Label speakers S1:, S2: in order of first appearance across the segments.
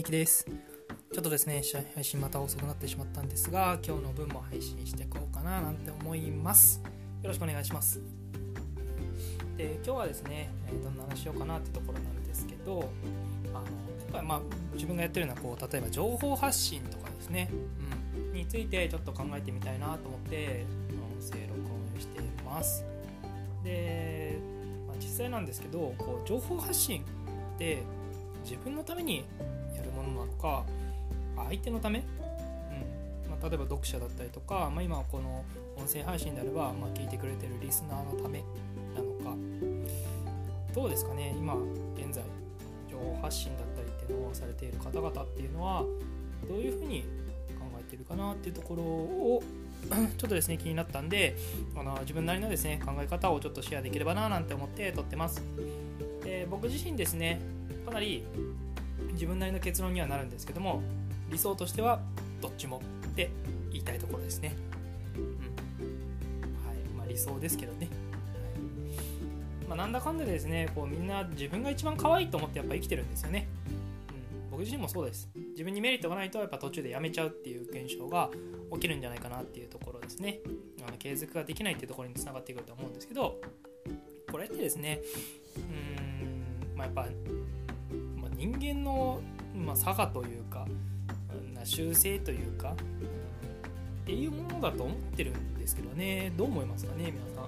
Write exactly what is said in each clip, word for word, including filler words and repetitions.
S1: 樹です。ちょっとですね、配信また遅くなってしまったんですが、今日の分も配信していこうかななんて思います。よろしくお願いします。で、今日はですね、どんな話しようかなってところなんですけど、あの今回まあ自分がやってるのはこう例えば情報発信とかですね、うん、についてちょっと考えてみたいなと思って音声録音しています。で、まあ、実際なんですけど、こう情報発信って自分のためにやるものなのか、相手のため、うんまあ、例えば読者だったりとか、まあ、今この音声配信であれば、まあ、聞いてくれてるリスナーのためなのか、どうですかね。今現在情報発信だったりっていうのをされている方々っていうのはどういうふうに考えているかなっていうところをちょっとですね気になったんで、あの自分なりのですね考え方をちょっとシェアできればななんて思って撮ってます。で、僕自身ですね、かなり自分なりの結論にはなるんですけども、理想としてはどっちもって言いたいところですね。うんはいまあ、理想ですけどね、はいまあ、なんだかんだでですね、こうみんな自分が一番可愛いと思ってやっぱ生きてるんですよね。うん、僕自身もそうです。自分にメリットがないとやっぱ途中でやめちゃうっていう現象が起きるんじゃないかなっていうところですね。あの継続ができないっていうところにつながってくると思うんですけど、これってですね、うーんまあやっぱ人間の、まあ、差がというか習性というか、うん、っていうものだと思ってるんですけどね。どう思いますかね皆さん。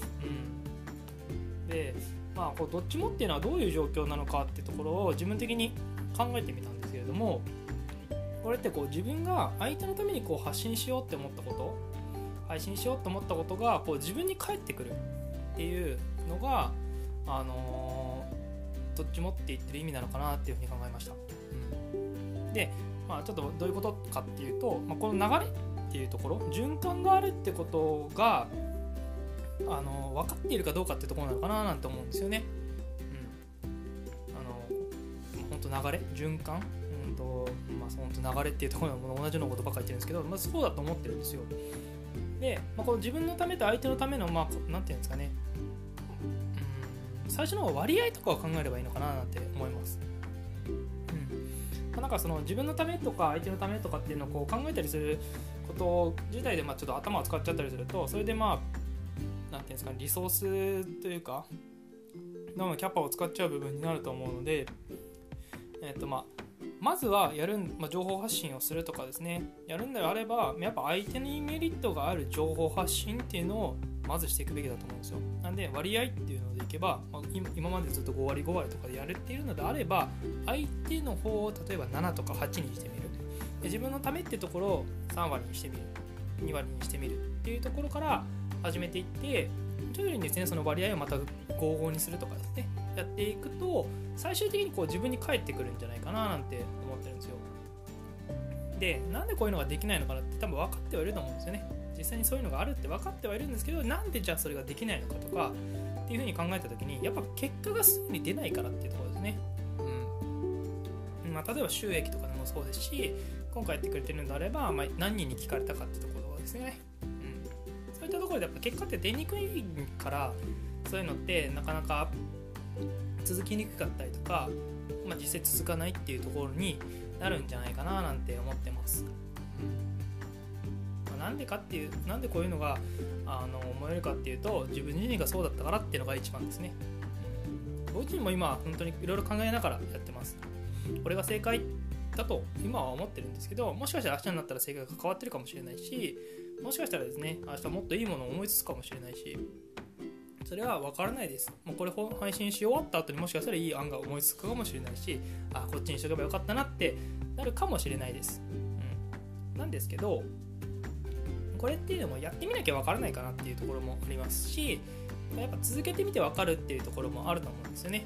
S1: うん、で、まあこうどっちもっていうのはどういう状況なのかっていうところを自分的に考えてみたんですけれども、これってこう自分が相手のためにこう発信しようって思ったこと配信しようと思ったことがこう自分に返ってくるっていうのがあのーどっちもって言ってる意味なのかなっていうふうに考えました。うん、で、まあ、ちょっとどういうことかっていうと、まあ、この流れっていうところ、循環があるってことがあの分かっているかどうかっていうところなのかななんて思うんですよね。うん、あの本当流れ、循環、うんとまあ、本当流れっていうところの同じようなことばっかり言ってるんですけど、まあ、そうだと思ってるんですよ。で、まあ、この自分のためと相手のための、まあ、なんていうんですかね、最初の割合とかを考えればいいのかななんて思います。うん、なんかその自分のためとか相手のためとかっていうのをこう考えたりすること自体でまあちょっと頭を使っちゃったりすると、それでまあなんていうんですかね、リソースというかのキャパを使っちゃう部分になると思うので、えっとまあまずはやる、まあ、情報発信をするとかですね、やるんであればやっぱ相手にメリットがある情報発信っていうのをまずしていくべきだと思うんですよ。なんで割合っていうのでいけば、まあ、今までずっとごわりごわりとかでやれているのであれば、相手の方を例えばななとかはちにしてみる。で、自分のためってところをさんわりにしてみる、にわりにしてみるっていうところから始めていって、徐々にですねその割合をまたごごにするとかですねやっていくと、最終的にこう自分に返ってくるんじゃないかななんて思ってるんですよ。で、なんでこういうのができないのかなって多分分かってはいると思うんですよね。実際にそういうのがあるって分かってはいるんですけど、なんでじゃあそれができないのかとかっていうふうに考えたときに、やっぱ結果がすぐに出ないからっていうところですね。うんまあ、例えば収益とかでもそうですし、今回やってくれてるのであれば、まあ、何人に聞かれたかっていうところですね。うん、そういったところでやっぱ結果って出にくいから、そういうのってなかなか続きにくかったりとか、まあ、実際続かないっていうところになるんじゃないかななんて思ってます。なんでかっていう、なんでこういうのがあの思えるかっていうと、自分自身がそうだったからっていうのが一番ですね。僕自身も今本当にいろいろ考えながらやってます。これが正解だと今は思ってるんですけど、もしかしたら明日になったら正解が変わってるかもしれないし、もしかしたらですね明日もっといいものを思いつくかもしれないし、それは分からないです。もうこれ配信し終わった後にもしかしたらいい案が思いつくかもしれないし、あ、こっちにしとけばよかったなってなるかもしれないです。うん、なんですけど、これっていうのもやってみなきゃ分からないかなっていうところもありますし、やっぱ続けてみて分かるっていうところもあると思うんですよね。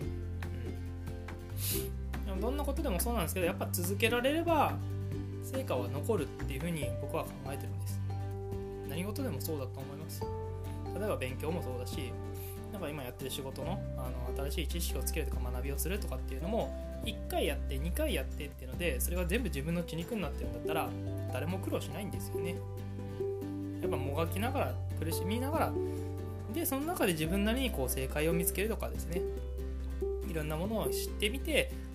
S1: うん、どんなことでもそうなんですけど、やっぱ続けられれば成果は残るっていうふうに僕は考えてるんです。何事でもそうだと思います。例えば勉強もそうだし、なんか今やってる仕事の、あの新しい知識をつけるとか学びをするとかっていうのもいっかいやってにかいやってっていうので、それが全部自分の血肉になってるんだったら誰も苦労しないんですよね。やっぱもがきながら苦しみながらで、その中で自分なりにこう正解を見つけるとかですね、いろんなものを知ってみて、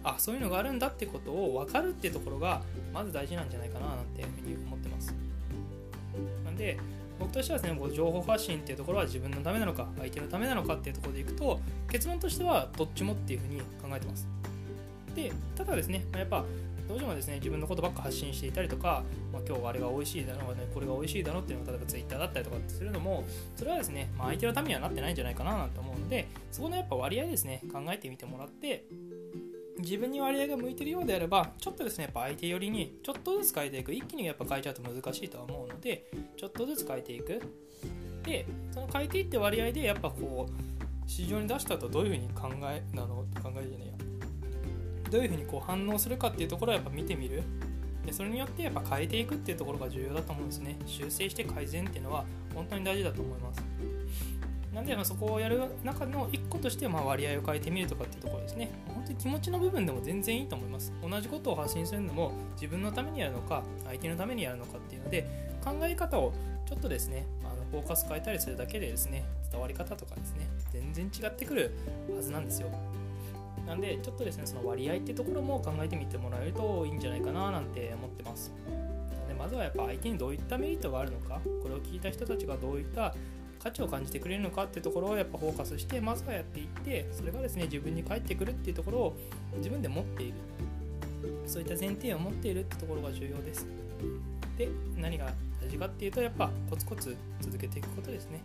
S1: あそういうのがあるんだってことを分かるっていうところがまず大事なんじゃないかななんていうふうに思ってます。なんで僕としてはですね、こう情報発信っていうところは自分のためなのか相手のためなのかっていうところでいくと、結論としてはどっちもっていうふうに考えてます。でただですね、やっぱどうしてもですね、自分のことばっか発信していたりとか、まあ、今日はあれが美味しいだろうね、これが美味しいだろうっていうのが例えばツイッターだったりとかするのも、それはですね、まあ、相手のためにはなってないんじゃないかななんて思うので、そこのやっぱ割合ですね、考えてみてもらって、自分に割合が向いているようであれば、ちょっとですね、やっぱ相手寄りにちょっとずつ変えていく。一気にやっぱ変えちゃうと難しいとは思うので、ちょっとずつ変えていく。で、その変えていって割合でやっぱこう市場に出した後どういうふうに考えなの考えじゃないや。どういうふうにこう反応するかっていうところをやっぱ見てみる。でそれによってやっぱ変えていくっていうところが重要だと思うんですね。修正して改善っていうのは本当に大事だと思います。なんでまあそこをやる中の一個としてまあ割合を変えてみるとかっていうところですね。本当に気持ちの部分でも全然いいと思います。同じことを発信するのも自分のためにやるのか相手のためにやるのかっていうので、考え方をちょっとですね、あのフォーカス変えたりするだけでですね、伝わり方とかですね、全然違ってくるはずなんですよ。なんでちょっとですね、その割合っていうところも考えてみてもらえるといいんじゃないかななんて思ってます。でまずはやっぱ相手にどういったメリットがあるのか、これを聞いた人たちがどういった価値を感じてくれるのかっていうところをやっぱフォーカスしてまずはやっていって、それがですね自分に返ってくるっていうところを自分で持っている、そういった前提を持っているってところが重要です。で何が大事かっていうと、やっぱコツコツ続けていくことですね。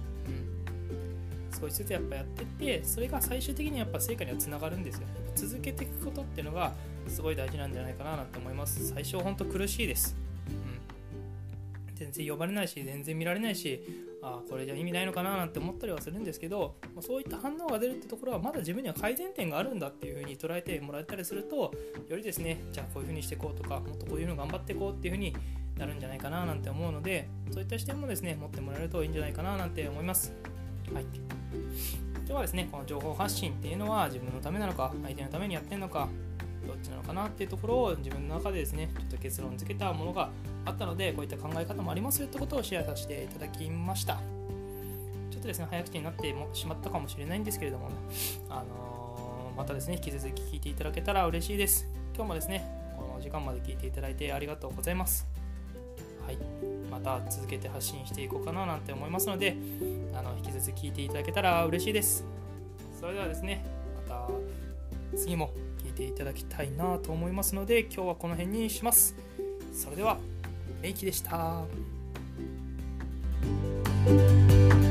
S1: 少しずつやっぱやっていって、それが最終的にやっぱ成果にはつながるんですよ。続けていくことっていうのがすごい大事なんじゃないかななんて思います。最初は本当苦しいです、うん、全然呼ばれないし全然見られないし、あこれじゃ意味ないのかななんて思ったりはするんですけど、そういった反応が出るってところはまだ自分には改善点があるんだっていう風に捉えてもらえたりすると、よりですね、じゃあこういう風にしていこうとか、もっとこういうの頑張っていこうっていう風になるんじゃないかななんて思うので、そういった視点もですね持ってもらえるといいんじゃないかななんて思います。はい、今日はですね、この情報発信っていうのは自分のためなのか相手のためにやってんのかどっちなのかなっていうところを自分の中でですねちょっと結論付けたものがあったので、こういった考え方もありますよってことをシェアさせていただきました。ちょっとですね早口になってしまったかもしれないんですけれども、あのー、またですね引き続き聞いていただけたら嬉しいです。今日もですねこの時間まで聞いていただいてありがとうございます。はい、また続けて発信していこうかななんて思いますので、あの引き続き聞いていただけたら嬉しいです。それではですね、また次も聞いていただきたいなと思いますので、今日はこの辺にします。それでは、めいきでした。